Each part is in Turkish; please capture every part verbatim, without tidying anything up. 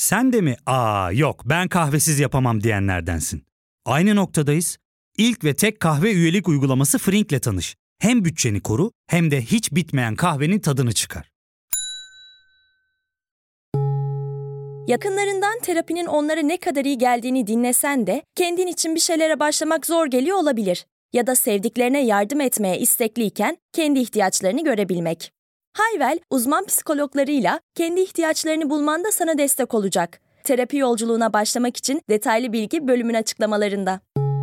Sen de mi "Aa yok ben kahvesiz yapamam" diyenlerdensin? Aynı noktadayız. İlk ve tek kahve üyelik uygulaması Frink'le tanış. Hem bütçeni koru hem de hiç bitmeyen kahvenin tadını çıkar. Yakınlarından terapinin onlara ne kadar iyi geldiğini dinlesen de kendin için bir şeylere başlamak zor geliyor olabilir. Ya da sevdiklerine yardım etmeye istekliyken kendi ihtiyaçlarını görebilmek. Hayvel, uzman psikologlarıyla kendi ihtiyaçlarını bulmanda sana destek olacak. Terapi yolculuğuna başlamak için detaylı bilgi bölümün açıklamalarında.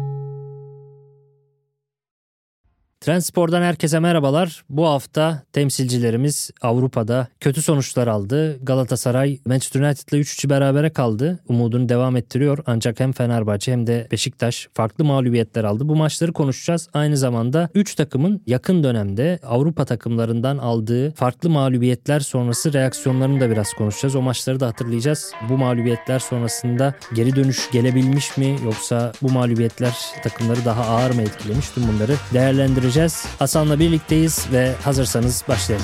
Trendspor'dan herkese merhabalar. Bu hafta temsilcilerimiz Avrupa'da kötü sonuçlar aldı. Galatasaray Manchester United'la üç üç berabere kaldı. Umudunu devam ettiriyor. Ancak hem Fenerbahçe hem de Beşiktaş farklı mağlubiyetler aldı. Bu maçları konuşacağız. Aynı zamanda üç takımın yakın dönemde Avrupa takımlarından aldığı farklı mağlubiyetler sonrası reaksiyonlarını da biraz konuşacağız. O maçları da hatırlayacağız. Bu mağlubiyetler sonrasında geri dönüş gelebilmiş mi, yoksa bu mağlubiyetler takımları daha ağır mı etkilemiş? Tüm bunları değerlendireceğiz. Hasan'la birlikteyiz ve hazırsanız başlayalım.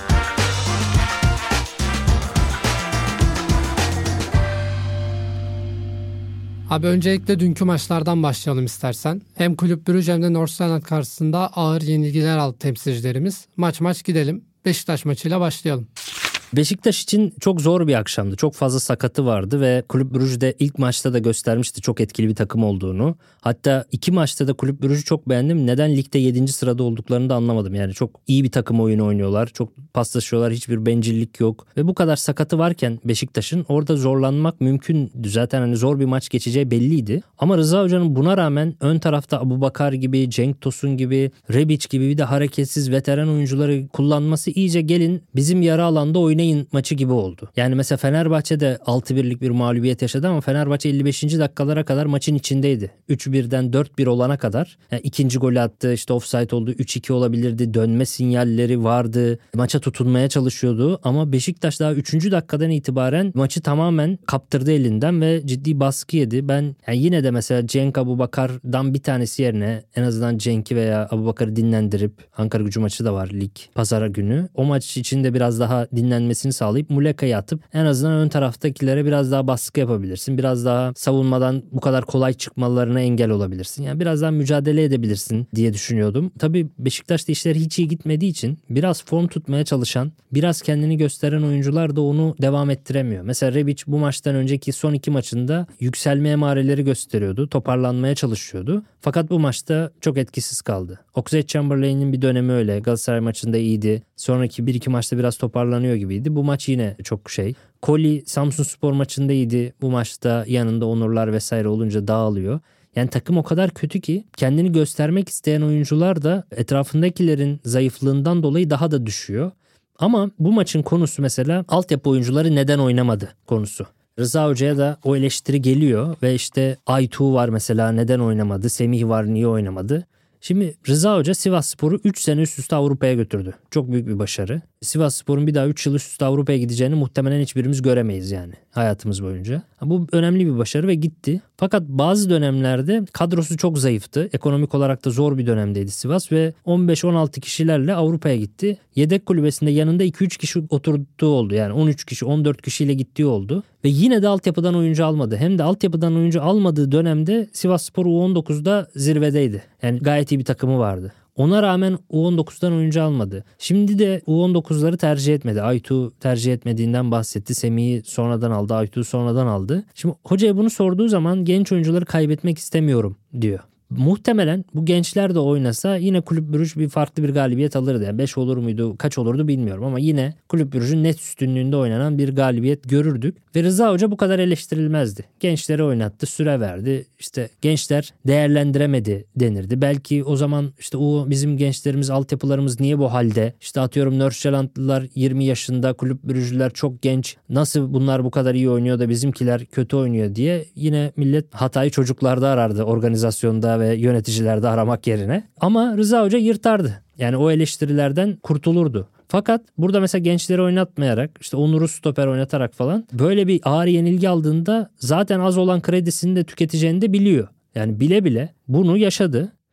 Abi öncelikle dünkü maçlardan başlayalım istersen. Hem Kulüp Brugge hem de Nordsjælland karşısında ağır yenilgiler aldı temsilcilerimiz. Maç maç gidelim. Beşiktaş maçıyla başlayalım. Beşiktaş için çok zor bir akşamdı. Çok fazla sakatı vardı ve Kulüp Brugge'de ilk maçta da göstermişti çok etkili bir takım olduğunu. Hatta iki maçta da Kulüp Brugge'ü çok beğendim. Neden ligde yedinci sırada olduklarını da anlamadım. Yani çok iyi bir takım oyunu oynuyorlar. Çok paslaşıyorlar. Hiçbir bencillik yok. Ve bu kadar sakatı varken Beşiktaş'ın orada zorlanmak mümkündü. Zaten hani zor bir maç geçeceği belliydi. Ama Rıza Hoca'nın buna rağmen ön tarafta Abubakar gibi, Cenk Tosun gibi, Rebic gibi bir de hareketsiz veteran oyuncuları kullanması iyice gelin bizim yarı alanda oynayın maçı gibi oldu. Yani mesela Fenerbahçe'de altı birlik bir mağlubiyet yaşadı ama Fenerbahçe elli beşinci dakikalara kadar maçın içindeydi. üç birden dört bir olana kadar. Yani ikinci golü attı, işte offside oldu, üç iki olabilirdi. Dönme sinyalleri vardı. Maça tutunmaya çalışıyordu ama Beşiktaş daha üçüncü dakikadan itibaren maçı tamamen kaptırdı elinden ve ciddi baskı yedi. Ben yani yine de mesela Cenk Abubakar'dan bir tanesi yerine en azından Cenk'i veya Abubakar'ı dinlendirip, Ankara Gücü maçı da var lig pazara günü. O maç içinde biraz daha dinlenmesi sağlayıp Muleka'yı atıp en azından ön taraftakilere biraz daha baskı yapabilirsin. Biraz daha savunmadan bu kadar kolay çıkmalarına engel olabilirsin. Yani biraz daha mücadele edebilirsin diye düşünüyordum. Tabii Beşiktaş'ta işler hiç iyi gitmediği için biraz form tutmaya çalışan, biraz kendini gösteren oyuncular da onu devam ettiremiyor. Mesela Rebic bu maçtan önceki son iki maçında yükselme emareleri gösteriyordu. Toparlanmaya çalışıyordu. Fakat bu maçta çok etkisiz kaldı. Oxlade-Chamberlain'in bir dönemi öyle. Galatasaray maçında iyiydi. Sonraki bir iki maçta biraz toparlanıyor gibiydi. Bu maç yine çok şey. Koli Samsunspor maçında iyiydi. Bu maçta yanında Onurlar vesaire olunca dağılıyor. Yani takım o kadar kötü ki kendini göstermek isteyen oyuncular da etrafındakilerin zayıflığından dolayı daha da düşüyor. Ama bu maçın konusu mesela altyapı oyuncuları neden oynamadı konusu. Rıza Hoca'ya da o eleştiri geliyor ve işte Aytu var mesela, neden oynamadı? Semih var, niye oynamadı? Şimdi Rıza Hoca Sivasspor'u üç sene üst üste Avrupa'ya götürdü. Çok büyük bir başarı. Sivasspor'un bir daha üç yıl üst üste Avrupa'ya gideceğini muhtemelen hiçbirimiz göremeyiz yani hayatımız boyunca. Bu önemli bir başarı ve gitti. Fakat bazı dönemlerde kadrosu çok zayıftı. Ekonomik olarak da zor bir dönemdeydi Sivas ve on beş on altı kişilerle Avrupa'ya gitti. Yedek kulübesinde yanında iki üç kişi oturduğu oldu. Yani on üç kişi on dört kişiyle gittiği oldu. Ve yine de altyapıdan oyuncu almadı. Hem de altyapıdan oyuncu almadığı dönemde Sivasspor U on dokuzda zirvedeydi. Yani gayet iyi bir takımı vardı. Ona rağmen U on dokuzdan oyuncu almadı. Şimdi de U on dokuzları tercih etmedi. Aytu tercih etmediğinden bahsetti. Semih'i sonradan aldı. Aytu sonradan aldı. Şimdi hocaya bunu sorduğu zaman genç oyuncuları kaybetmek istemiyorum diyor. Muhtemelen bu gençler de oynasa yine Kulüp Brugge bir farklı bir galibiyet alırdı. Yani beş olur muydu, kaç olurdu bilmiyorum ama yine Kulüp Brugge'ün net üstünlüğünde oynanan bir galibiyet görürdük. Ve Rıza Hoca bu kadar eleştirilmezdi. Gençleri oynattı, süre verdi. İşte gençler değerlendiremedi denirdi. Belki o zaman işte o bizim gençlerimiz, altyapılarımız niye bu halde? İşte atıyorum Nordsjællandlılar yirmi yaşında, Kulüp Brugge'liler çok genç. Nasıl bunlar bu kadar iyi oynuyor da bizimkiler kötü oynuyor diye yine millet hatayı çocuklarda arardı, organizasyonda ve yöneticilerde aramak yerine. Ama Rıza Hoca yırtardı. Yani o eleştirilerden kurtulurdu. Fakat burada mesela gençleri oynatmayarak, işte Onur'u stoper oynatarak falan böyle bir ağır yenilgi aldığında zaten az olan kredisini de tüketeceğini de biliyor. Yani bile bile bunu yaşadı.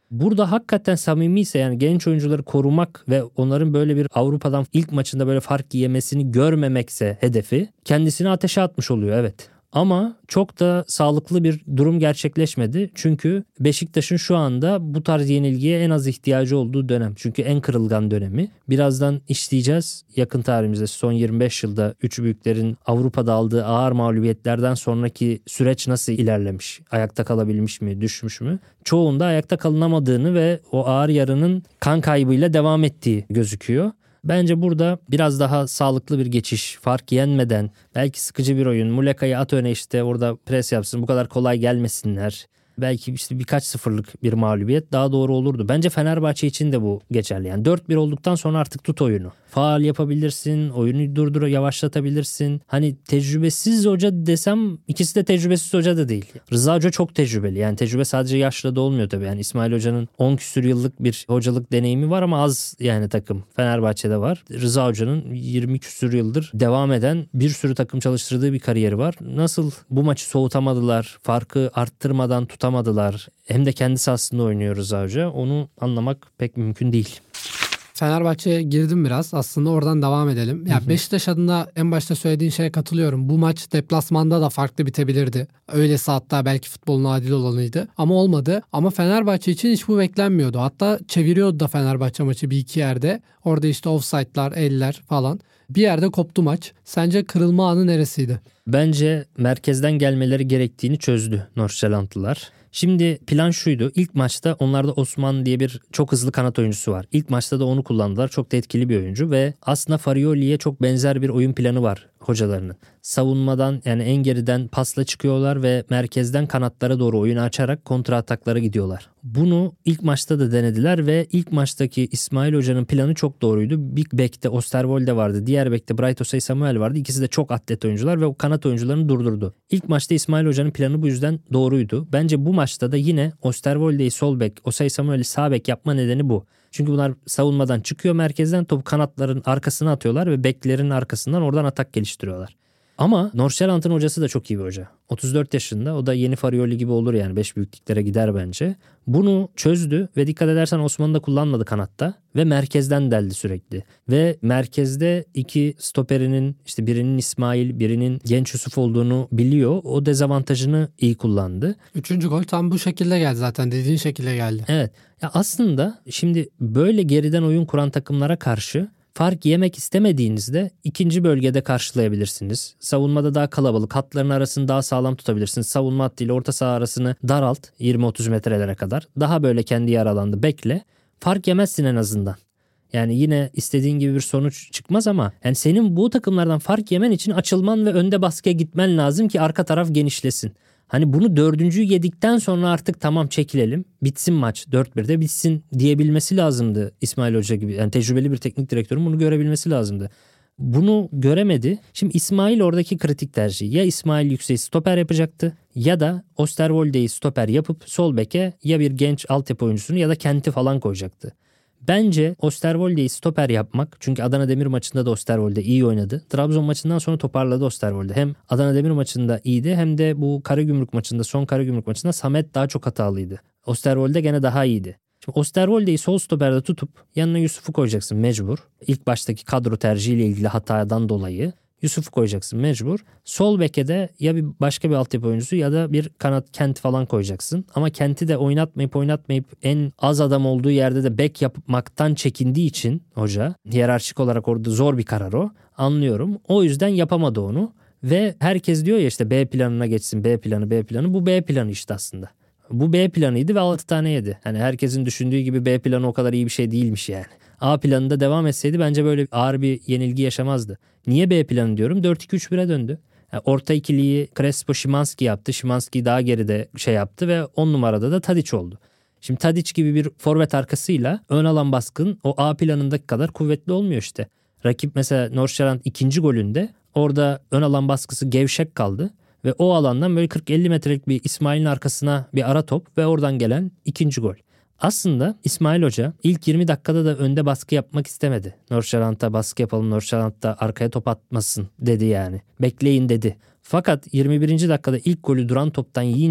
Burada hakikaten samimiyse, yani genç oyuncuları korumak ve onların böyle bir Avrupa'dan ilk maçında böyle fark yemesini görmemekse hedefi, kendisini ateşe atmış oluyor, evet. Ama çok da sağlıklı bir durum gerçekleşmedi. Çünkü Beşiktaş'ın şu anda bu tarz yenilgiye en az ihtiyacı olduğu dönem. Çünkü en kırılgan dönemi. Birazdan işleyeceğiz. Yakın tarihimizde son yirmi beş yılda üç büyüklerin Avrupa'da aldığı ağır mağlubiyetlerden sonraki süreç nasıl ilerlemiş? Ayakta kalabilmiş mi? Düşmüş mü? Çoğunda ayakta kalınamadığını ve o ağır yarının kan kaybıyla devam ettiği gözüküyor. Bence burada biraz daha sağlıklı bir geçiş, fark yenmeden, belki sıkıcı bir oyun, Muleka'yı at öne, işte orada pres yapsın, bu kadar kolay gelmesinler. Belki işte birkaç sıfırlık bir mağlubiyet daha doğru olurdu. Bence Fenerbahçe için de bu geçerli. Yani dört bir olduktan sonra artık tut oyunu. Faal yapabilirsin, oyunu durdur, yavaşlatabilirsin. Hani tecrübesiz hoca desem, ikisi de tecrübesiz hoca da değil. Rıza Hoca çok tecrübeli. Yani tecrübe sadece yaşla da olmuyor tabii. Yani İsmail Hoca'nın on küsür yıllık bir hocalık deneyimi var ama az yani takım. Fenerbahçe'de var. Rıza Hoca'nın yirmi küsür yıldır devam eden bir sürü takım çalıştırdığı bir kariyeri var. Nasıl bu maçı soğutamadılar, farkı arttırmadan tutamadılar, hem de kendisi aslında oynuyor Rıza Hoca, onu anlamak pek mümkün değil. Fenerbahçe'ye girdim biraz. Aslında oradan devam edelim. Ya Beşiktaş adına en başta söylediğin şeye katılıyorum. Bu maç deplasmanda da farklı bitebilirdi. Öylesi hatta belki futbolun adil olanıydı. Ama olmadı. Ama Fenerbahçe için hiç bu beklenmiyordu. Hatta çeviriyordu da Fenerbahçe maçı bir iki yerde. Orada işte offside'lar, eller falan. Bir yerde koptu maç. Sence kırılma anı neresiydi? Bence merkezden gelmeleri gerektiğini çözdü Nordsjællandlılar. Şimdi plan şuydu. İlk maçta onlarda Osman diye bir çok hızlı kanat oyuncusu var. İlk maçta da onu kullandılar. Çok da etkili bir oyuncu ve aslında Farioli'ye çok benzer bir oyun planı var hocalarının. Savunmadan, yani en geriden pasla çıkıyorlar ve merkezden kanatlara doğru oyunu açarak kontra ataklara gidiyorlar. Bunu ilk maçta da denediler ve ilk maçtaki İsmail Hoca'nın planı çok doğruydu. Bir bekte Osterwolde vardı. Diğer bekte Bright Osei-Samuel vardı. İkisi de çok atlet oyuncular ve o kanat oyuncularını durdurdu. İlk maçta İsmail Hoca'nın planı bu yüzden doğruydu. Bence bu maçta da yine Osterwolde'yi sol bek, Osei-Samuel'i sağ bek yapma nedeni bu. Çünkü bunlar savunmadan çıkıyor, merkezden topu kanatların arkasına atıyorlar ve beklerin arkasından oradan atak geliştiriyorlar. Ama Nordsjælland'ın hocası da çok iyi bir hoca. otuz dört yaşında, o da yeni Farioli gibi olur yani, beş büyüklüklere gider bence. Bunu çözdü ve dikkat edersen Osman'ı da kullanmadı kanatta ve merkezden deldi sürekli. Ve merkezde iki stoperinin, işte birinin İsmail, birinin Genç Yusuf olduğunu biliyor. O dezavantajını iyi kullandı. Üçüncü gol tam bu şekilde geldi zaten, dediğin şekilde geldi. Evet. Ya aslında şimdi böyle geriden oyun kuran takımlara karşı fark yemek istemediğinizde ikinci bölgede karşılayabilirsiniz. Savunmada daha kalabalık, hatların arasını daha sağlam tutabilirsiniz. Savunma hattıyla orta saha arasını daralt yirmi otuz metrelere kadar. Daha böyle kendi yer alanda bekle. Fark yemezsin en azından. Yani yine istediğin gibi bir sonuç çıkmaz ama yani senin bu takımlardan fark yemen için açılman ve önde baskıya gitmen lazım ki arka taraf genişlesin. Hani bunu dördüncüyü yedikten sonra artık tamam çekilelim, bitsin maç, dört birde bitsin diyebilmesi lazımdı İsmail Hoca gibi. Yani tecrübeli bir teknik direktörün bunu görebilmesi lazımdı. Bunu göremedi. Şimdi İsmail oradaki kritik tercih. Ya İsmail Yüksek'i stoper yapacaktı ya da Osterwolde'yi stoper yapıp sol beke ya bir genç altyapı oyuncusunu ya da Kent'i falan koyacaktı. Bence Osterwolde'yi stoper yapmak, çünkü Adana Demir maçında da Osterwolde iyi oynadı. Trabzon maçından sonra toparladı Osterwolde. Hem Adana Demir maçında iyiydi hem de bu Karagümrük maçında, son Karagümrük maçında Samet daha çok hatalıydı. Osterwolde gene daha iyiydi. Şimdi Osterwolde'yi sol stoperde tutup yanına Yusuf'u koyacaksın mecbur. İlk baştaki kadro tercihiyle ilgili hatadan dolayı Yusuf'u koyacaksın mecbur. Sol beke de ya bir başka bir altyapı oyuncusu ya da bir kanat Kent falan koyacaksın. Ama Kent'i de oynatmayıp oynatmayıp en az adam olduğu yerde de bek yapmaktan çekindiği için hoca, hiyerarşik olarak orada zor bir karar o. Anlıyorum. O yüzden yapamadı onu. Ve herkes diyor ya işte B planına geçsin, B planı, B planı. Bu B planı işte aslında. Bu B planıydı ve altı tane yedi. Hani herkesin düşündüğü gibi B planı o kadar iyi bir şey değilmiş yani. A planında devam etseydi bence böyle ağır bir yenilgi yaşamazdı. Niye B planı diyorum? dört iki üç bire döndü. Yani orta ikiliyi Crespo Szymanski yaptı. Szymanski daha geride şey yaptı ve on numarada da Tadic oldu. Şimdi Tadic gibi bir forvet arkasıyla ön alan baskın o A planındaki kadar kuvvetli olmuyor işte. Rakip mesela Nordsjælland ikinci golünde orada ön alan baskısı gevşek kaldı. Ve o alandan böyle kırk elli metrelik bir İsmail'in arkasına bir ara top ve oradan gelen ikinci gol. Aslında İsmail Hoca ilk yirmi dakikada da önde baskı yapmak istemedi. Nordsjælland'a baskı yapalım, Nordsjælland'da arkaya top atmasın dedi yani. Bekleyin dedi. Fakat yirmi birinci dakikada ilk golü duran toptan yiyince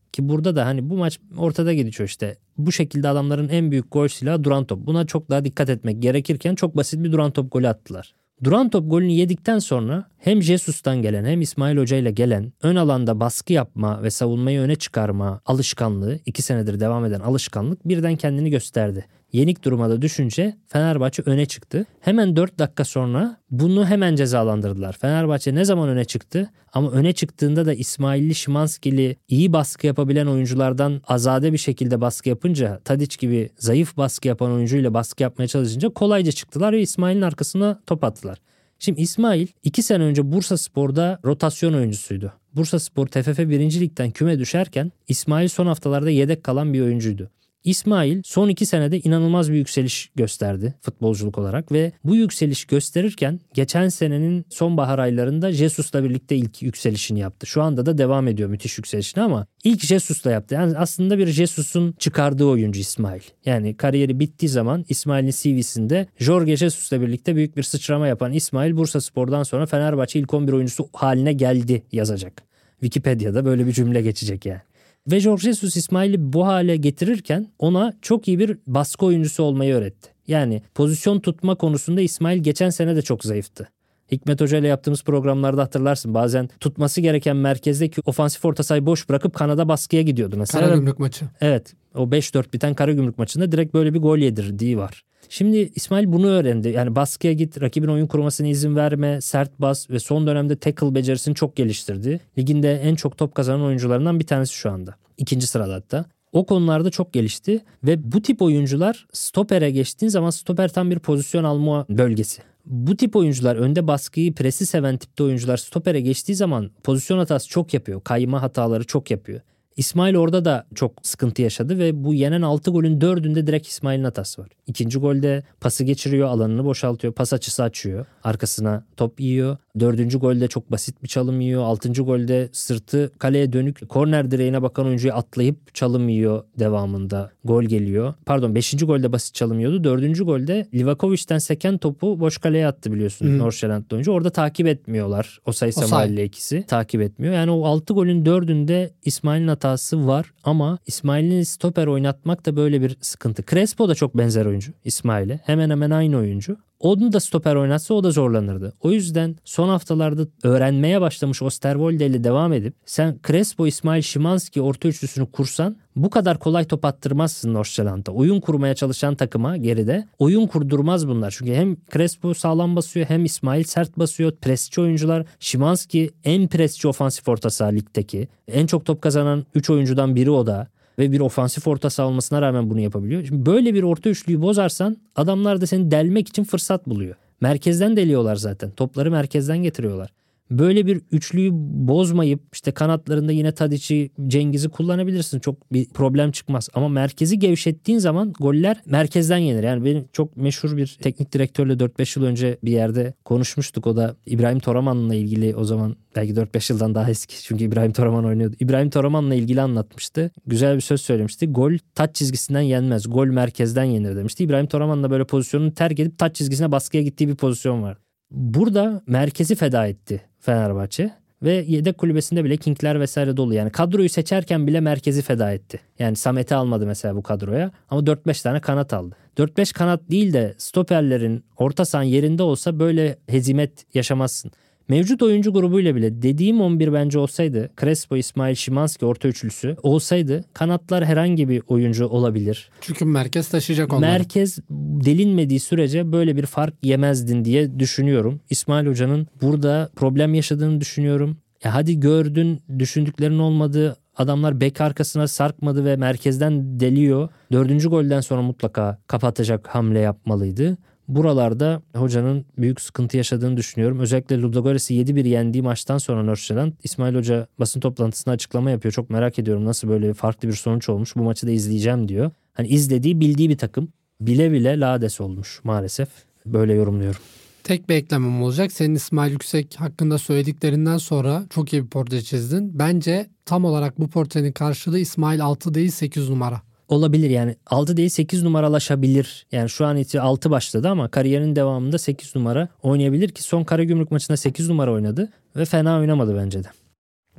Ki burada da hani bu maç ortada geçiyor işte. Bu şekilde adamların en büyük gol silahı duran top. Buna çok daha dikkat etmek gerekirken çok basit bir duran top golü attılar. Duran top golünü yedikten sonra hem Jesus'tan gelen hem İsmail Hoca ile gelen ön alanda baskı yapma ve savunmayı öne çıkarma alışkanlığı, iki senedir devam eden alışkanlık birden kendini gösterdi. Yenik duruma da düşünce Fenerbahçe öne çıktı. Hemen dört dakika sonra bunu hemen cezalandırdılar. Fenerbahçe ne zaman öne çıktı? Ama öne çıktığında da İsmailli, Şimanskili iyi baskı yapabilen oyunculardan azade bir şekilde baskı yapınca, Tadić gibi zayıf baskı yapan oyuncuyla baskı yapmaya çalışınca kolayca çıktılar ve İsmail'in arkasına top attılar. Şimdi İsmail iki sene önce Bursaspor'da rotasyon oyuncusuydu. Bursaspor T F F birinci Lig'den küme düşerken İsmail son haftalarda yedek kalan bir oyuncuydu. İsmail son iki senede inanılmaz bir yükseliş gösterdi futbolculuk olarak ve bu yükseliş gösterirken geçen senenin sonbahar aylarında Jesus'la birlikte ilk yükselişini yaptı. Şu anda da devam ediyor müthiş yükselişini ama ilk Jesus'la yaptı. Yani aslında bir Jesus'un çıkardığı oyuncu İsmail. Yani kariyeri bittiği zaman İsmail'in C V'sinde Jorge Jesus'la birlikte büyük bir sıçrama yapan İsmail Bursaspor'dan sonra Fenerbahçe ilk on bir oyuncusu haline geldi yazacak. Wikipedia'da böyle bir cümle geçecek yani. Ve Jorge Jesus İsmail'i bu hale getirirken ona çok iyi bir baskı oyuncusu olmayı öğretti. Yani pozisyon tutma konusunda İsmail geçen sene de çok zayıftı. Hikmet Hoca ile yaptığımız programlarda hatırlarsın. Bazen tutması gereken merkezdeki ofansif orta sahayı boş bırakıp kanada baskıya gidiyordu. Mesela Karagümrük maçı. Evet, o beş dört biten Karagümrük maçında direkt böyle bir gol yedirdiği var. Şimdi İsmail bunu öğrendi. Yani baskıya git, rakibin oyun kurmasına izin verme, sert bas ve son dönemde tackle becerisini çok geliştirdi. Liginde en çok top kazanan oyuncularından bir tanesi şu anda. İkinci sırada hatta. O konularda çok gelişti ve bu tip oyuncular stopere geçtiğin zaman stoper tam bir pozisyon alma bölgesi. Bu tip oyuncular önde baskıyı, presi seven tipte oyuncular stopere geçtiği zaman pozisyon hatası çok yapıyor. Kayma hataları çok yapıyor. İsmail orada da çok sıkıntı yaşadı ve bu yenen altı golün dördünde direkt İsmail'in hatası var. İkinci golde pası geçiriyor, alanını boşaltıyor, pas açısı açıyor, arkasına top yiyor. Dördüncü golde çok basit bir çalım yiyor. Altıncı golde sırtı kaleye dönük korner direğine bakan oyuncuyu atlayıp çalım yiyor, devamında gol geliyor. Pardon, beşinci golde basit çalım yiyordu. Dördüncü golde Livakovic'ten seken topu boş kaleye attı biliyorsun, hmm. Nordsjælland'da oyuncu. Orada takip etmiyorlar. Osay Samuel ile ikisi takip etmiyor. Yani o altı golün dördünde İsmail'in hatası var ama İsmail'in stoper oynatmak da böyle bir sıkıntı. Crespo da çok benzer oyuncu İsmail'e. Hemen hemen aynı oyuncu. Onu da stoper oynatsa o da zorlanırdı. O yüzden son haftalarda öğrenmeye başlamış Osterwolde ile devam edip sen Crespo, İsmail, Şimanski orta üçlüsünü kursan bu kadar kolay top attırmazsın Nordsjælland'a. Oyun kurmaya çalışan takıma geride oyun kurdurmaz bunlar. Çünkü hem Crespo sağlam basıyor hem İsmail sert basıyor. Presçi oyuncular. Şimanski en presçi ofansif orta saha ligdeki. En çok top kazanan üç oyuncudan biri o da. Ve bir ofansif orta saha olmasına rağmen bunu yapabiliyor. Şimdi böyle bir orta üçlüyü bozarsan adamlar da seni delmek için fırsat buluyor. Merkezden deliyorlar zaten. Topları merkezden getiriyorlar. Böyle bir üçlüyü bozmayıp işte kanatlarında yine Tadić'i, Cengiz'i kullanabilirsin. Çok bir problem çıkmaz. Ama merkezi gevşettiğin zaman goller merkezden yenir. Yani benim çok meşhur bir teknik direktörle dört beş yıl önce bir yerde konuşmuştuk. O da İbrahim Toraman'la ilgili, o zaman belki dört beş yıldan daha eski. Çünkü İbrahim Toraman oynuyordu. İbrahim Toraman'la ilgili anlatmıştı. Güzel bir söz söylemişti. Gol taç çizgisinden yenmez. Gol merkezden yenir demişti. İbrahim Toraman'la böyle pozisyonunu terk edip taç çizgisine baskıya gittiği bir pozisyon var. Burada merkezi feda etti Fenerbahçe ve yedek kulübesinde bile King'ler vesaire dolu. Yani kadroyu seçerken bile merkezi feda etti. Yani Samet'i almadı mesela bu kadroya ama dört beş tane kanat aldı. dört beş kanat değil de stoperlerin orta sahanın yerinde olsa böyle hezimet yaşamazsın. Mevcut oyuncu grubuyla bile dediğim on bir bence olsaydı, Crespo, İsmail, Şimanski orta üçlüsü olsaydı kanatlar herhangi bir oyuncu olabilir. Çünkü merkez taşıyacak onları. Merkez delinmediği sürece böyle bir fark yemezdin diye düşünüyorum. İsmail Hoca'nın burada problem yaşadığını düşünüyorum. Ya hadi gördün, düşündüklerin olmadı. Adamlar bek arkasına sarkmadı ve merkezden deliyor. Dördüncü golden sonra mutlaka kapatacak hamle yapmalıydı. Buralarda hocanın büyük sıkıntı yaşadığını düşünüyorum. Özellikle Ludogorets'i yedi bir yendiği maçtan sonra Nordsjælland, İsmail Hoca basın toplantısında açıklama yapıyor. Çok merak ediyorum nasıl böyle farklı bir sonuç olmuş. Bu maçı da izleyeceğim diyor. Hani izlediği, bildiği bir takım. Bile bile lades olmuş maalesef. Böyle yorumluyorum. Tek bir eklemem olacak. Senin İsmail Yüksek hakkında söylediklerinden sonra çok iyi bir portre çizdin. Bence tam olarak bu portrenin karşılığı İsmail altı değil sekiz numara. Olabilir yani altı değil sekiz numaralaşabilir. Yani şu an için altı başladı ama kariyerinin devamında sekiz numara oynayabilir ki son Karagümrük maçında sekiz numara oynadı ve fena oynamadı bence de.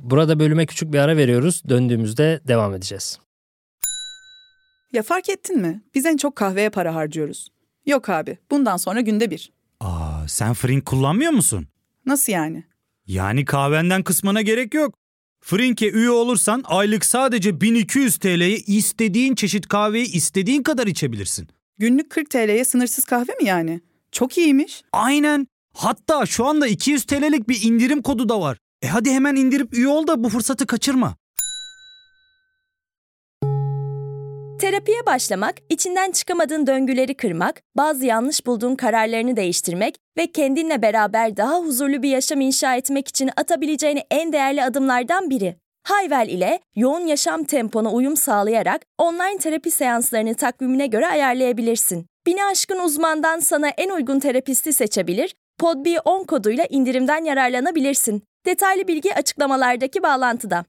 Burada bölüme küçük bir ara veriyoruz. Döndüğümüzde devam edeceğiz. Ya fark ettin mi? Biz en çok kahveye para harcıyoruz. Yok abi, bundan sonra günde bir. Aa, sen Frink kullanmıyor musun? Nasıl yani? Yani kahvenden kısmına gerek yok. Frink'e üye olursan aylık sadece bin iki yüz T L'ye istediğin çeşit kahveyi istediğin kadar içebilirsin. Günlük kırk T L'ye sınırsız kahve mi yani? Çok iyiymiş. Aynen. Hatta şu anda iki yüz T L'lik bir indirim kodu da var. E hadi hemen indirip üye ol da bu fırsatı kaçırma. Terapiye başlamak, içinden çıkamadığın döngüleri kırmak, bazı yanlış bulduğun kararlarını değiştirmek ve kendinle beraber daha huzurlu bir yaşam inşa etmek için atabileceğin en değerli adımlardan biri. Hayvel ile yoğun yaşam tempona uyum sağlayarak online terapi seanslarını takvimine göre ayarlayabilirsin. Bini aşkın uzmandan sana en uygun terapisti seçebilir, Podb on koduyla indirimden yararlanabilirsin. Detaylı bilgi açıklamalardaki bağlantıda.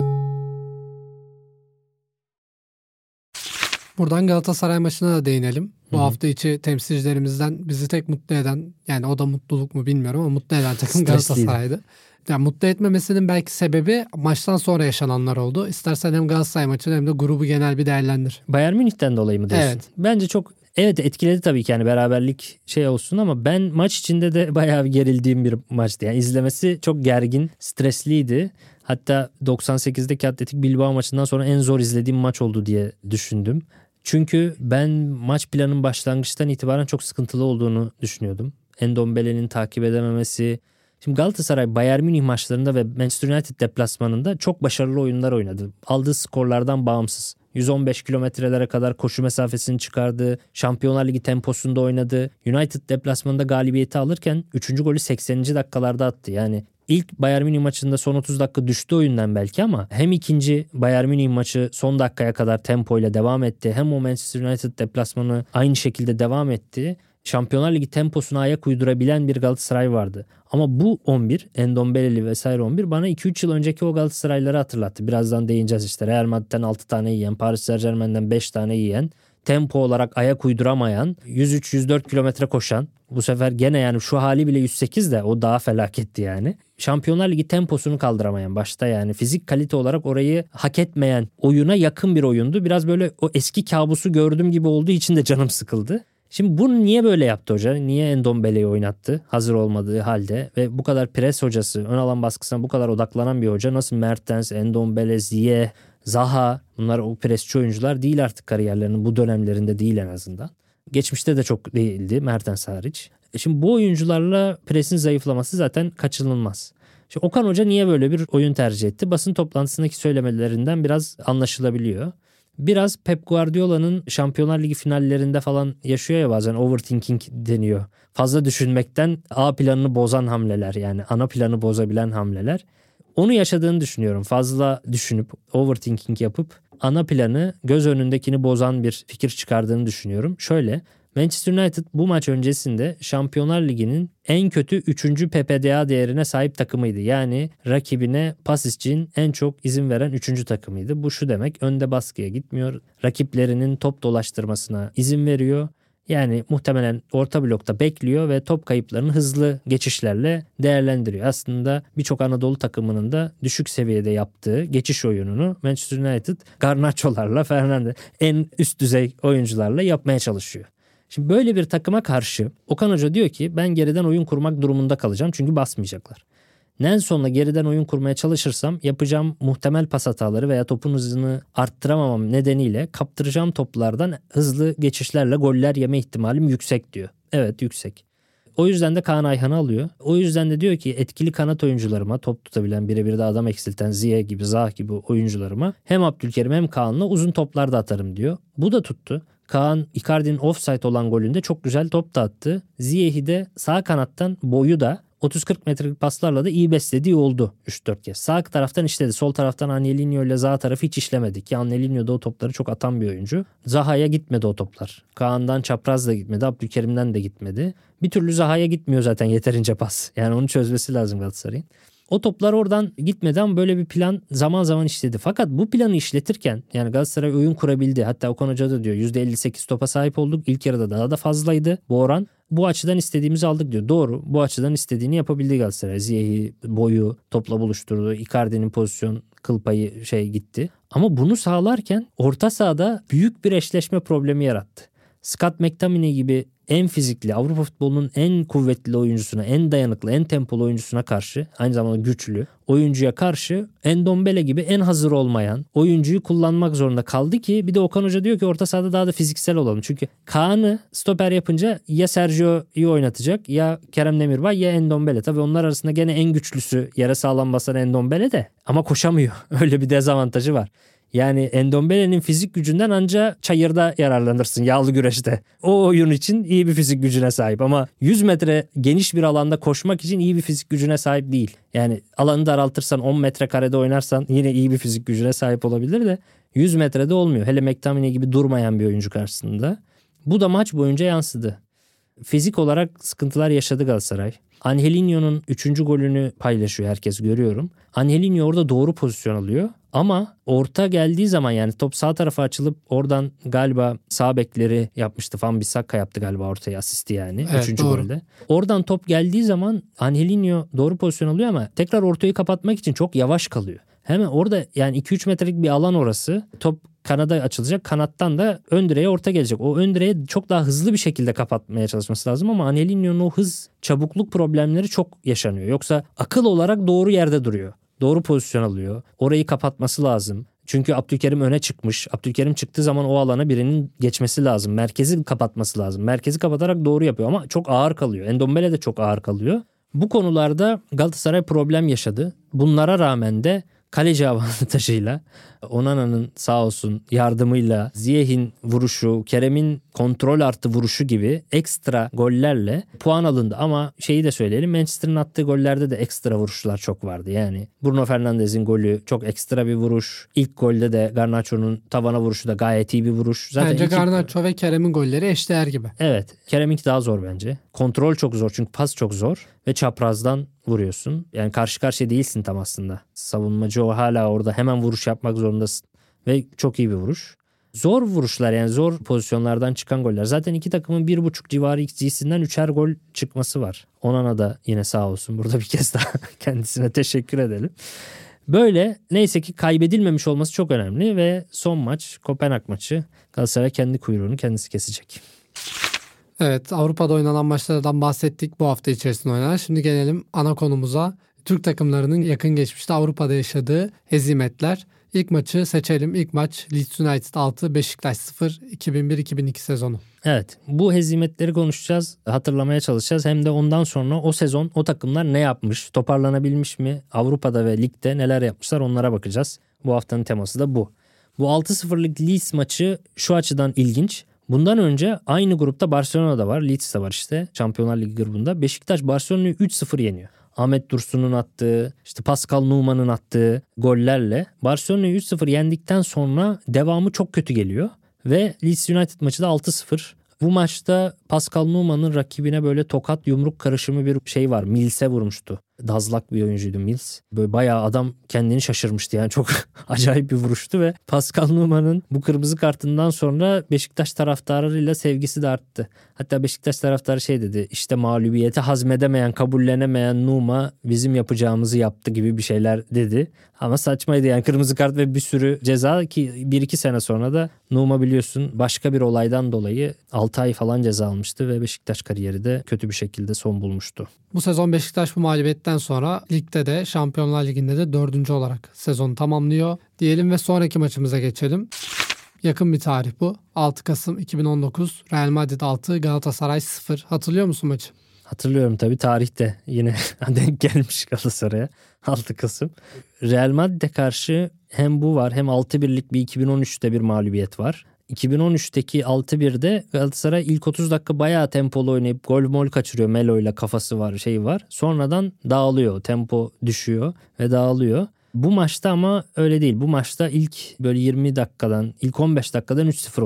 Buradan Galatasaray maçına da değinelim. Bu Hı-hı. hafta içi temsilcilerimizden bizi tek mutlu eden, yani o da mutluluk mu bilmiyorum ama mutlu eden takım Galatasaray'dı. Yani mutlu etmemesinin belki sebebi maçtan sonra yaşananlar oldu. İstersen hem Galatasaray maçını hem de grubu genel bir değerlendir. Bayern Münih'ten dolayı mı diyorsun? Evet. Bence çok evet etkiledi tabii ki, yani beraberlik şey olsun ama ben maç içinde de bayağı gerildiğim bir maçtı. Yani izlemesi çok gergin, stresliydi. Hatta doksan sekizdeki Atletik Bilbao maçından sonra en zor izlediğim maç oldu diye düşündüm. Çünkü ben maç planının başlangıçtan itibaren çok sıkıntılı olduğunu düşünüyordum. Ndombele'nin takip edememesi. Şimdi Galatasaray Bayern Münih maçlarında ve Manchester United deplasmanında çok başarılı oyunlar oynadı. Aldığı skorlardan bağımsız. yüz on beş kilometrelere kadar koşu mesafesini çıkardı. Şampiyonlar Ligi temposunda oynadı. United deplasmanında galibiyeti alırken üçüncü golü sekseninci dakikalarda attı. Yani İlk Bayern Münih maçında son otuz dakika düştü oyundan belki ama hem ikinci Bayern Münih maçı son dakikaya kadar tempoyla devam etti. Hem o Manchester United deplasmanı aynı şekilde devam etti. Şampiyonlar Ligi temposuna ayak uydurabilen bir Galatasaray vardı. Ama bu on bir, Ndombele'li vesaire on bir bana iki üç yıl önceki o Galatasaray'ları hatırlattı. Birazdan değineceğiz işte. Real Madrid'den altı tane yiyen, Paris Saint-Germain'den beş tane yiyen, tempo olarak ayak uyduramayan, yüz üç yüz dört kilometre koşan, bu sefer gene yani şu hali bile yüz sekiz de o daha felaketti yani. Şampiyonlar Ligi temposunu kaldıramayan, başta yani fizik kalite olarak orayı hak etmeyen, oyuna yakın bir oyundu. Biraz böyle o eski kabusu gördüğüm gibi olduğu için de canım sıkıldı. Şimdi bunu niye böyle yaptı hoca? Niye Ndombele'yi oynattı hazır olmadığı halde ve bu kadar pres hocası, ön alan baskısına bu kadar odaklanan bir hoca nasıl Mertens, Ndombele, Ziyech, Zaha, bunlar o presçi oyuncular değil artık, kariyerlerinin bu dönemlerinde değil en azından. Geçmişte de çok değildi Mertens hariç. E şimdi bu oyuncularla presin zayıflaması zaten kaçınılmaz. Şimdi Okan Hoca niye böyle bir oyun tercih etti? Basın toplantısındaki söylemelerinden biraz anlaşılabiliyor. Biraz Pep Guardiola'nın Şampiyonlar Ligi finallerinde falan yaşıyor ya, bazen overthinking deniyor. Fazla düşünmekten A planını bozan hamleler, yani ana planı bozabilen hamleler. Onu yaşadığını düşünüyorum. Fazla düşünüp overthinking yapıp ana planı, göz önündekini bozan bir fikir çıkardığını düşünüyorum. Şöyle, Manchester United bu maç öncesinde Şampiyonlar Ligi'nin en kötü üçüncü P P D A değerine sahip takımıydı. Yani rakibine pas için en çok izin veren üçüncü takımıydı. Bu şu demek: önde baskıya gitmiyor, rakiplerinin top dolaştırmasına izin veriyor. Yani muhtemelen orta blokta bekliyor ve top kayıplarını hızlı geçişlerle değerlendiriyor. Aslında birçok Anadolu takımının da düşük seviyede yaptığı geçiş oyununu Manchester United Garnacho'larla, Fernandes, en üst düzey oyuncularla yapmaya çalışıyor. Şimdi böyle bir takıma karşı Okan Hoca diyor ki ben geriden oyun kurmak durumunda kalacağım çünkü basmayacaklar. Nelson'la geriden oyun kurmaya çalışırsam yapacağım muhtemel pas hataları veya topun hızını arttıramamam nedeniyle kaptıracağım toplardan hızlı geçişlerle goller yeme ihtimalim yüksek diyor. Evet, yüksek. O yüzden de Kaan Ayhan'ı alıyor. O yüzden de diyor ki etkili kanat oyuncularıma, top tutabilen, birebir de adam eksilten Ziyech gibi, Zaha gibi oyuncularıma hem Abdülkerim hem Kaan'la uzun toplar da atarım diyor. Bu da tuttu. Kaan, Icardi'nin offside olan golünde çok güzel top da attı. Ziyech'i de sağ kanattan boyu da otuz kırk metrelik paslarla da iyi beslediği oldu üç dört kez. Sağ taraftan işledi. Sol taraftan Angelino ile Zaha tarafı hiç işlemedi ki Angelino da o topları çok atan bir oyuncu. Zaha'ya gitmedi o toplar. Kaan'dan çapraz da gitmedi. Abdülkerim'den de gitmedi. Bir türlü Zaha'ya gitmiyor zaten yeterince pas. Yani onu çözmesi lazım Galatasaray'ın. O toplar oradan gitmedi ama böyle bir plan zaman zaman işledi. Fakat bu planı işletirken yani Galatasaray oyun kurabildi. Hatta Okan Hoca da diyor yüzde elli sekiz topa sahip olduk. İlk yarıda daha da fazlaydı bu oran. Bu açıdan istediğimizi aldık diyor. Doğru. Bu açıdan istediğini yapabildi Galatasaray. Ziyech'i boyu topla buluşturdu. Icardi'nin pozisyon kıl payı şey gitti. Ama bunu sağlarken orta sahada büyük bir eşleşme problemi yarattı. Scott McTominay gibi en fizikli, Avrupa futbolunun en kuvvetli oyuncusuna, en dayanıklı, en tempolu oyuncusuna karşı, aynı zamanda güçlü oyuncuya karşı Ndombele gibi en hazır olmayan oyuncuyu kullanmak zorunda kaldı ki bir de Okan Hoca diyor ki orta sahada daha da fiziksel olalım. Çünkü Kaan'ı stoper yapınca ya Sergio'yu oynatacak ya Kerem Demirbay ya Ndombele. Tabii onlar arasında gene en güçlüsü yere sağlam basan Ndombele de ama koşamıyor. Öyle bir dezavantajı var. Yani Ndombele'nin fizik gücünden anca çayırda yararlanırsın, yağlı güreşte. O oyun için iyi bir fizik gücüne sahip ama yüz metre geniş bir alanda koşmak için iyi bir fizik gücüne sahip değil. Yani alanı daraltırsan on metre karede oynarsan yine iyi bir fizik gücüne sahip olabilir de yüz metrede olmuyor. Hele McTominay gibi durmayan bir oyuncu karşısında. Bu da maç boyunca yansıdı. Fizik olarak sıkıntılar yaşadı Galatasaray. Angelinho'nun üçüncü golünü paylaşıyor, herkes görüyorum. Angelinho orada doğru pozisyon alıyor. Ama orta geldiği zaman yani top sağ tarafa açılıp oradan galiba sağ bekleri yapmıştı. Van Bissaka yaptı galiba ortaya asisti yani. Evet, üçüncü doğru. golde. Oradan top geldiği zaman Angelinho doğru pozisyon alıyor ama tekrar ortayı kapatmak için çok yavaş kalıyor. Hemen orada yani iki üç metrelik bir alan orası. Top kanada açılacak. Kanattan da ön direğe orta gelecek. O ön direğe çok daha hızlı bir şekilde kapatmaya çalışması lazım ama Angelinho'nun o hız, çabukluk problemleri çok yaşanıyor. Yoksa akıl olarak doğru yerde duruyor. Doğru pozisyon alıyor. Orayı kapatması lazım. Çünkü Abdülkerim öne çıkmış. Abdülkerim çıktığı zaman o alana birinin geçmesi lazım. Merkezi kapatması lazım. Merkezi kapatarak doğru yapıyor ama çok ağır kalıyor. Ndombele de çok ağır kalıyor. Bu konularda Galatasaray problem yaşadı. Bunlara rağmen de kaleci avantajıyla, Onana'nın sağ olsun yardımıyla, Ziyech'in vuruşu, Kerem'in kontrol artı vuruşu gibi ekstra gollerle puan alındı. Ama şeyi de söyleyelim, Manchester'ın attığı gollerde de ekstra vuruşlar çok vardı. Yani Bruno Fernandes'in golü çok ekstra bir vuruş. İlk golde de Garnacho'nun tavana vuruşu da gayet iyi bir vuruş. Zaten bence iki... Garnacho ve Kerem'in golleri eşdeğer gibi. Evet, Kerem'inki daha zor bence. Kontrol çok zor çünkü pas çok zor ve çaprazdan vuruyorsun. Yani karşı karşıya değilsin tam aslında. Savunmacı o hala orada hemen vuruş yapmak zorundasın. Ve çok iyi bir vuruş. Zor vuruşlar yani zor pozisyonlardan çıkan goller. Zaten iki takımın bir buçuk civarı X G'sinden üçer gol çıkması var. Onana da yine sağ olsun. Burada bir kez daha kendisine teşekkür edelim. Böyle neyse ki kaybedilmemiş olması çok önemli ve son maç Kopenhag maçı. Galatasaray kendi kuyruğunu kendisi kesecek. Evet, Avrupa'da oynanan maçlardan bahsettik bu hafta içerisinde oynanan. Şimdi gelelim ana konumuza. Türk takımlarının yakın geçmişte Avrupa'da yaşadığı hezimetler. İlk maçı seçelim. İlk maç Leeds United altı, Beşiktaş sıfır, iki bin bir iki bin iki sezonu. Evet, bu hezimetleri konuşacağız, hatırlamaya çalışacağız. Hem de ondan sonra o sezon o takımlar ne yapmış, toparlanabilmiş mi, Avrupa'da ve ligde neler yapmışlar onlara bakacağız. Bu haftanın teması da bu. Bu altı sıfırlık Leeds maçı şu açıdan ilginç. Bundan önce aynı grupta Barcelona'da var, Leeds de var işte Şampiyonlar Ligi grubunda. Beşiktaş Barcelona'yı üç sıfır yeniyor. Ahmet Dursun'un attığı, işte Pascal Numan'ın attığı gollerle Barcelona'yı üç sıfır yendikten sonra devamı çok kötü geliyor. Ve Leeds United maçı da altı sıfır. Bu maçta Pascal Numan'ın rakibine böyle tokat yumruk karışımı bir şey var. Mills'e vurmuştu. Dazlak bir oyuncuydu Mills. Böyle bayağı adam kendini şaşırmıştı yani çok acayip bir vuruştu ve Pascal Numan'ın bu kırmızı kartından sonra Beşiktaş taraftarıyla sevgisi de arttı. Hatta Beşiktaş taraftarı şey dedi, işte mağlubiyeti hazmedemeyen, kabullenemeyen Numa bizim yapacağımızı yaptı gibi bir şeyler dedi. Ama saçmaydı yani, kırmızı kart ve bir sürü ceza ki bir iki sene sonra da Numa biliyorsun başka bir olaydan dolayı altı ay falan ceza almıştı ve Beşiktaş kariyeri de kötü bir şekilde son bulmuştu. Bu sezon Beşiktaş bu mağlubiyetten sonra ligde de Şampiyonlar Ligi'nde de dördüncü olarak sezonu tamamlıyor diyelim ve sonraki maçımıza geçelim. Yakın bir tarih bu. altı Kasım iki bin on dokuz, Real Madrid altı, Galatasaray sıfır. Hatırlıyor musun maçı? Hatırlıyorum tabii, tarihte yine denk gelmiş Galatasaray'a altı Kasım. Real Madrid'e karşı hem bu var hem altı birlik bir iki bin on üçte bir mağlubiyet var. iki bin on üçteki altı birde Galatasaray ilk otuz dakika bayağı tempolu oynayıp gol mol kaçırıyor. Melo'yla kafası var, şeyi var. Sonradan dağılıyor. Tempo düşüyor ve dağılıyor. Bu maçta ama öyle değil. Bu maçta ilk böyle yirmi dakikadan, ilk on beş dakikadan üç sıfır oluyor.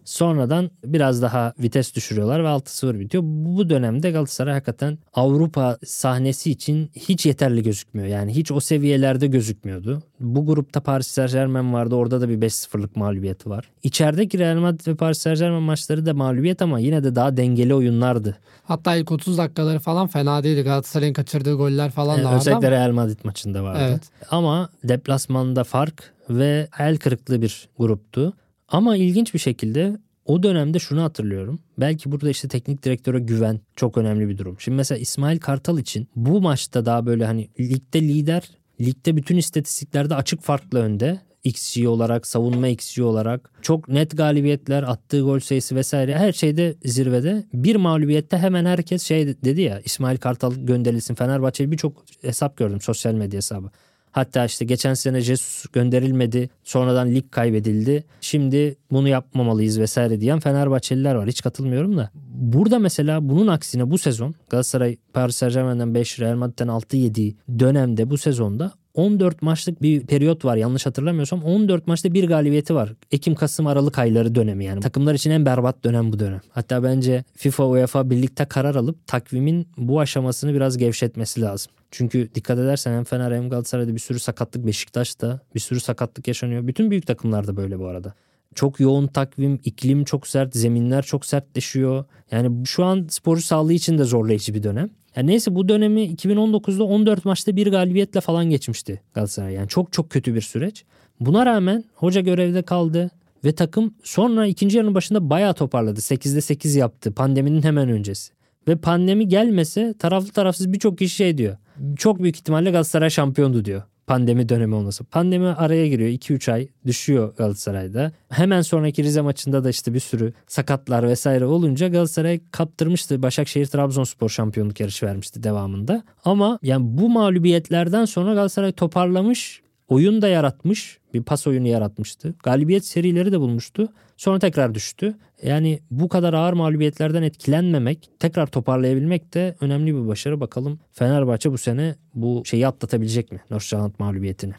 Sonradan biraz daha vites düşürüyorlar ve altı sıfır bitiyor. Bu dönemde Galatasaray hakikaten Avrupa sahnesi için hiç yeterli gözükmüyor. Yani hiç o seviyelerde gözükmüyordu. Bu grupta Paris Saint-Germain vardı. Orada da bir beş sıfırlık mağlubiyeti var. İçerideki Real Madrid ve Paris Saint-Germain maçları da mağlubiyet ama yine de daha dengeli oyunlardı. Hatta ilk otuz dakikaları falan fena değildi. Galatasaray'ın kaçırdığı goller falan Yani da vardı. özellikle ama... Real Madrid maçında vardı. Evet. Ama deplasmanda fark ve hayal kırıklığı bir gruptu. Ama ilginç bir şekilde o dönemde şunu hatırlıyorum. Belki burada işte teknik direktöre güven çok önemli bir durum. Şimdi mesela İsmail Kartal için bu maçta daha böyle hani ligde lider, ligde bütün istatistiklerde açık farklı önde. X G olarak, savunma X G olarak çok net galibiyetler, attığı gol sayısı vesaire her şeyde zirvede. Bir mağlubiyette hemen herkes şey dedi ya, İsmail Kartal gönderilsin. Fenerbahçe'yi birçok hesap gördüm, sosyal medya hesabı. Hatta işte geçen sene Jesus gönderilmedi, sonradan lig kaybedildi. Şimdi bunu yapmamalıyız vesaire diyen Fenerbahçeliler var. Hiç katılmıyorum da. Burada mesela bunun aksine bu sezon Galatasaray Paris Saint-Germain'den beş, Real Madrid'den altı yediği dönemde bu sezonda on dört maçlık bir periyot var yanlış hatırlamıyorsam. on dört maçta bir galibiyeti var. Ekim, Kasım, Aralık ayları dönemi yani. Takımlar için en berbat dönem bu dönem. Hatta bence FIFA, UEFA birlikte karar alıp takvimin bu aşamasını biraz gevşetmesi lazım. Çünkü dikkat edersen hem Fener hem Galatasaray'da bir sürü sakatlık, Beşiktaş'ta bir sürü sakatlık yaşanıyor. Bütün büyük takımlarda böyle bu arada. Çok yoğun takvim, iklim çok sert, zeminler çok sertleşiyor. Yani şu an sporcu sağlığı için de zorlayıcı bir dönem. Yani neyse bu dönemi iki bin on dokuzda on dört maçta bir galibiyetle falan geçmişti Galatasaray. Yani çok çok kötü bir süreç. Buna rağmen hoca görevde kaldı ve takım sonra ikinci yarının başında bayağı toparladı. sekizde sekiz yaptı pandeminin hemen öncesi. Ve pandemi gelmese taraflı tarafsız birçok kişi şey diyor. Çok büyük ihtimalle Galatasaray şampiyondu diyor. Pandemi dönemi olması. Pandemi araya giriyor. iki üç ay düşüyor Galatasaray'da. Hemen sonraki Rize maçında da işte bir sürü sakatlar vesaire olunca Galatasaray kaptırmıştı. Başakşehir Trabzonspor şampiyonluk yarışı vermişti devamında. Ama yani bu mağlubiyetlerden sonra Galatasaray toparlamış, oyun da yaratmış. Bir pas oyunu yaratmıştı. Galibiyet serileri de bulmuştu. Sonra tekrar düştü. Yani bu kadar ağır mağlubiyetlerden etkilenmemek, tekrar toparlayabilmek de önemli bir başarı. Bakalım Fenerbahçe bu sene bu şeyi atlatabilecek mi? Nordsjælland mağlubiyetini.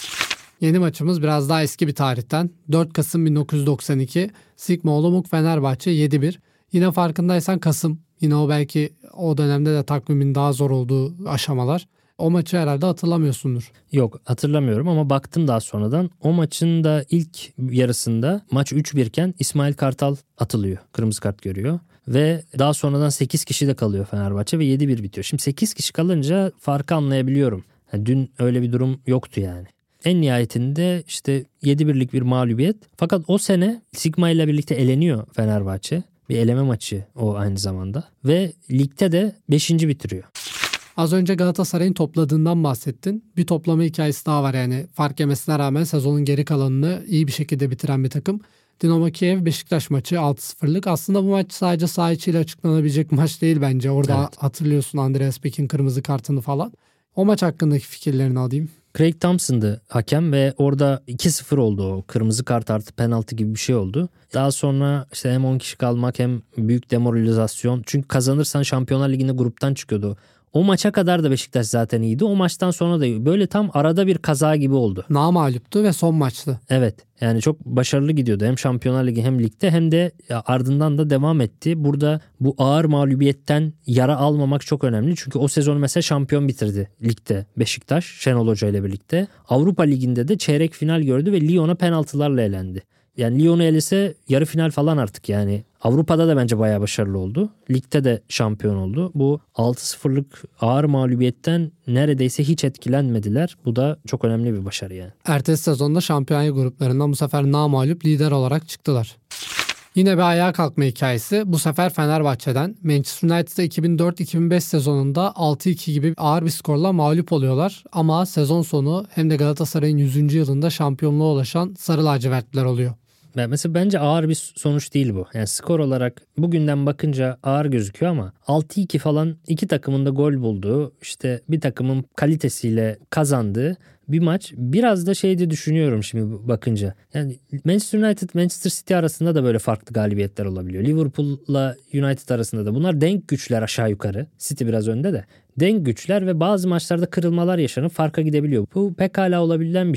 Yeni maçımız biraz daha eski bir tarihten. dört Kasım bin dokuz yüz doksan iki Sigma Olomouc Fenerbahçe yedi bir. Yine farkındaysan Kasım. Yine o belki o dönemde de takvimin daha zor olduğu aşamalar. O maçı herhalde hatırlamıyorsundur. Yok hatırlamıyorum ama baktım daha sonradan. O maçın da ilk yarısında maç üç bir iken İsmail Kartal atılıyor. Kırmızı kart görüyor. Ve daha sonradan sekiz kişi de kalıyor Fenerbahçe ve yedi bir bitiyor. Şimdi sekiz kişi kalınca farkı anlayabiliyorum. Yani dün öyle bir durum yoktu yani. En nihayetinde işte yedi birlik bir mağlubiyet. Fakat o sene Sigma ile birlikte eleniyor Fenerbahçe. Bir eleme maçı o aynı zamanda. Ve ligde de beşinci bitiriyor. Az önce Galatasaray'ın topladığından bahsettin. Bir toplama hikayesi daha var yani. Fark yemesine rağmen sezonun geri kalanını iyi bir şekilde bitiren bir takım. Dinamo Kiev Beşiktaş maçı altı sıfırlık. Aslında bu maç sadece saha içiyle açıklanabilecek maç değil bence. Orada evet. Hatırlıyorsun Andreas Beck'in kırmızı kartını falan. O maç hakkındaki fikirlerini alayım. Craig Thompson'dı hakem ve orada iki sıfır oldu o. Kırmızı kart artı penaltı gibi bir şey oldu. Daha sonra işte hem on kişi kalmak hem büyük demoralizasyon. Çünkü kazanırsan Şampiyonlar Ligi'nde gruptan çıkıyordu. O maça kadar da Beşiktaş zaten iyiydi. O maçtan sonra da böyle tam arada bir kaza gibi oldu. Namağluptu ve son maçtı. Evet. Yani çok başarılı gidiyordu. Hem Şampiyonlar Ligi hem ligde hem de ardından da devam etti. Burada bu ağır mağlubiyetten yara almamak çok önemli. Çünkü o sezonu mesela şampiyon bitirdi ligde Beşiktaş Şenol Hoca ile birlikte. Avrupa Ligi'nde de çeyrek final gördü ve Lyon'a penaltılarla elendi. Yani Lyon'u elese yarı final falan artık yani. Avrupa'da da bence bayağı başarılı oldu. Ligde de şampiyon oldu. Bu altı sıfırlık ağır mağlubiyetten neredeyse hiç etkilenmediler. Bu da çok önemli bir başarı yani. Ertesi sezonda Şampiyonlar gruplarından bu sefer namağlup lider olarak çıktılar. Yine bir ayağa kalkma hikayesi. Bu sefer Fenerbahçe'den. Manchester United'da iki bin dört iki bin beş sezonunda altı iki gibi ağır bir skorla mağlup oluyorlar. Ama sezon sonu hem de Galatasaray'ın yüzüncü yılında şampiyonluğa ulaşan Sarı Lacivertliler oluyor. Mesela bence ağır bir sonuç değil bu. Yani skor olarak bugünden bakınca ağır gözüküyor ama altı iki falan iki takımın da gol bulduğu, işte bir takımın kalitesiyle kazandığı bir maç. Biraz da şeydi düşünüyorum şimdi bakınca. Yani Manchester United, Manchester City arasında da böyle farklı galibiyetler olabiliyor. Liverpool'la United arasında da bunlar denk güçler aşağı yukarı. City biraz önde de. Denk güçler ve bazı maçlarda kırılmalar yaşanıp farka gidebiliyor. Bu pekala olabilen bir şey.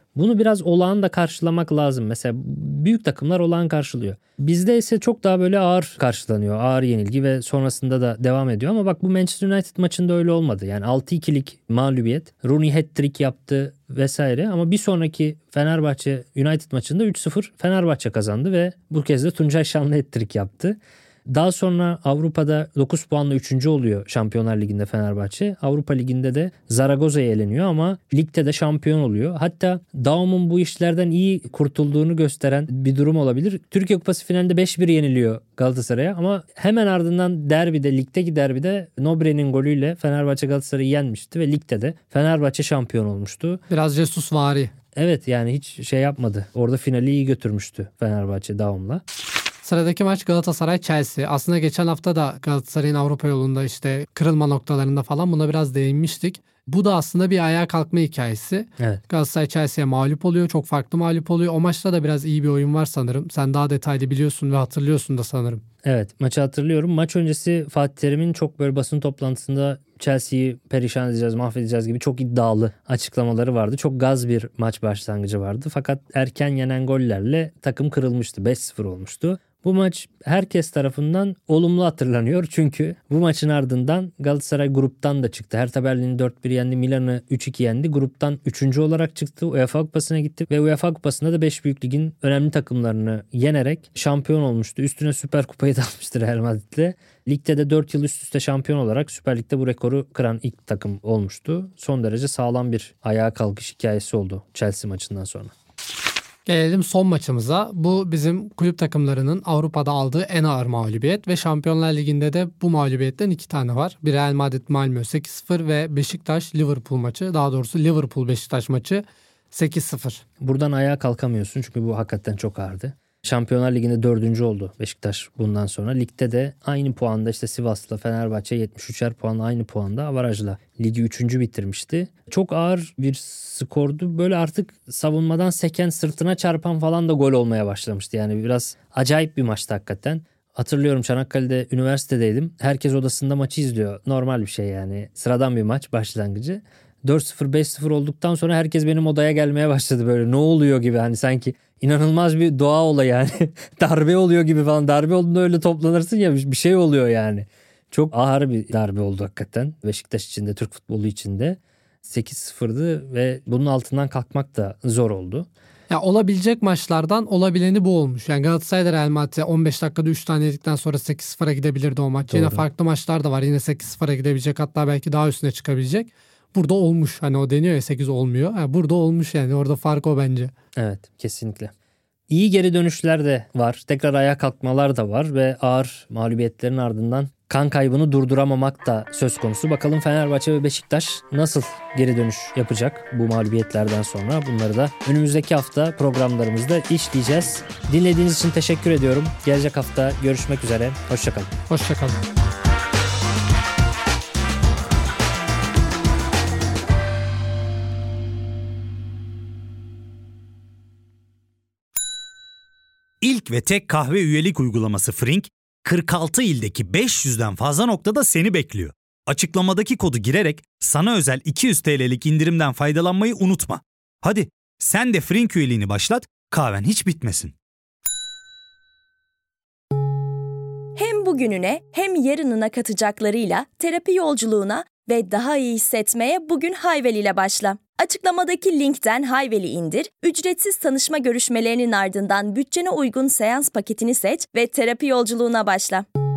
Bunu biraz olağan da karşılamak lazım. Mesela büyük takımlar olağan karşılıyor. Bizde ise çok daha böyle ağır karşılanıyor. Ağır yenilgi ve sonrasında da devam ediyor. Ama bak bu Manchester United maçında öyle olmadı. Yani altı ikilik mağlubiyet. Rooney hat-trick yaptı vesaire. Ama bir sonraki Fenerbahçe United maçında üç sıfır Fenerbahçe kazandı ve bu kez de Tuncay Şanlı hat-trick yaptı. Daha sonra Avrupa'da dokuz puanla üçüncü oluyor Şampiyonlar Ligi'nde Fenerbahçe. Avrupa Ligi'nde de Zaragoza'ya eleniyor ama ligde de şampiyon oluyor. Hatta Daum'un bu işlerden iyi kurtulduğunu gösteren bir durum olabilir. Türkiye Kupası finalinde beş bir yeniliyor Galatasaray'a ama hemen ardından derbide, ligdeki derbide Nobre'nin golüyle Fenerbahçe Galatasaray'ı yenmişti ve ligde de Fenerbahçe şampiyon olmuştu. Biraz Jesusvari. Evet, yani hiç şey yapmadı. Orada finali iyi götürmüştü Fenerbahçe Daum'la. Sıradaki maç Galatasaray-Chelsea. Aslında geçen hafta da Galatasaray'ın Avrupa yolunda işte kırılma noktalarında falan buna biraz değinmiştik. Bu da aslında bir ayağa kalkma hikayesi. Evet. Galatasaray Chelsea'ye mağlup oluyor. Çok farklı mağlup oluyor. O maçta da biraz iyi bir oyun var sanırım. Sen daha detaylı biliyorsun ve hatırlıyorsun da sanırım. Evet, maçı hatırlıyorum. Maç öncesi Fatih Terim'in çok böyle basın toplantısında Chelsea'yi perişan edeceğiz, mahvedeceğiz gibi çok iddialı açıklamaları vardı. Çok gaz bir maç başlangıcı vardı. Fakat erken yenen gollerle takım kırılmıştı. beş sıfır olmuştu. Bu maç herkes tarafından olumlu hatırlanıyor. Çünkü bu maçın ardından Galatasaray gruptan da çıktı. Hertha Berlin'i dört bir yendi. Milan'ı üç iki yendi. Gruptan üçüncü olarak çıktı. UEFA Kupası'na gitti. Ve UEFA Kupası'nda da beş büyük ligin önemli takımlarını yenerek şampiyon olmuştu. Üstüne Süper Kupayı da almıştı Real Madrid'le. Ligde de dört yıl üst üste şampiyon olarak Süper Lig'de bu rekoru kıran ilk takım olmuştu. Son derece sağlam bir ayağa kalkış hikayesi oldu Chelsea maçından sonra. Gelelim son maçımıza. Bu bizim kulüp takımlarının Avrupa'da aldığı en ağır mağlubiyet ve Şampiyonlar Ligi'nde de bu mağlubiyetten iki tane var. Bir Real Madrid Malmö sekiz sıfır ve Beşiktaş Liverpool maçı. Daha doğrusu Liverpool Beşiktaş maçı sekiz sıfır. Buradan ayağa kalkamıyorsun çünkü bu hakikaten çok ağırdı. Şampiyonlar Ligi'nde dördüncü oldu Beşiktaş bundan sonra. Ligde de aynı puanda işte Sivas'la Fenerbahçe yetmiş üçer puanla aynı puanda avarajla ligi üçüncü bitirmişti. Çok ağır bir skordu. Böyle artık savunmadan seken, sırtına çarpan falan da gol olmaya başlamıştı. Yani biraz acayip bir maçtı hakikaten. Hatırlıyorum, Çanakkale'de üniversitedeydim. Herkes odasında maçı izliyor. Normal bir şey yani. Sıradan bir maç başlangıcı. dört sıfır beş sıfır olduktan sonra herkes benim odaya gelmeye başladı, böyle ne oluyor gibi, hani sanki inanılmaz bir doğa olayı yani. Darbe oluyor gibi falan. Darbe olduğunda öyle toplanırsın ya, bir şey oluyor yani. Çok ağır bir darbe oldu hakikaten. Beşiktaş için de, Türk futbolu için de. sekiz sıfırdı ve bunun altından kalkmak da zor oldu. Ya olabilecek maçlardan olabileni bu olmuş. Yani Galatasaray'da Real Madrid'e on beş dakikada üç tane yedikten sonra sekiz sıfıra gidebilirdi o maç. Doğru. Yine farklı maçlar da var. Yine sekiz sıfıra gidebilecek, hatta belki daha üstüne çıkabilecek. Burada olmuş. Hani o deniyor ya, sekiz olmuyor. Yani burada olmuş yani. Orada fark o bence. Evet, kesinlikle. İyi geri dönüşler de var. Tekrar ayağa kalkmalar da var ve ağır mağlubiyetlerin ardından kan kaybını durduramamak da söz konusu. Bakalım Fenerbahçe ve Beşiktaş nasıl geri dönüş yapacak bu mağlubiyetlerden sonra? Bunları da önümüzdeki hafta programlarımızda işleyeceğiz. Dinlediğiniz için teşekkür ediyorum. Gelecek hafta görüşmek üzere. Hoşçakalın. Hoşçakalın. İlk ve tek kahve üyelik uygulaması Frink, kırk altı ildeki beş yüzden fazla noktada seni bekliyor. Açıklamadaki kodu girerek sana özel iki yüz TL'lik indirimden faydalanmayı unutma. Hadi sen de Frink üyeliğini başlat, kahven hiç bitmesin. Hem bugününe hem yarınına katacaklarıyla terapi yolculuğuna ve daha iyi hissetmeye bugün Hayvel ile başla. Açıklamadaki linkten Hayvel'i indir, ücretsiz tanışma görüşmelerinin ardından bütçene uygun seans paketini seç ve terapi yolculuğuna başla.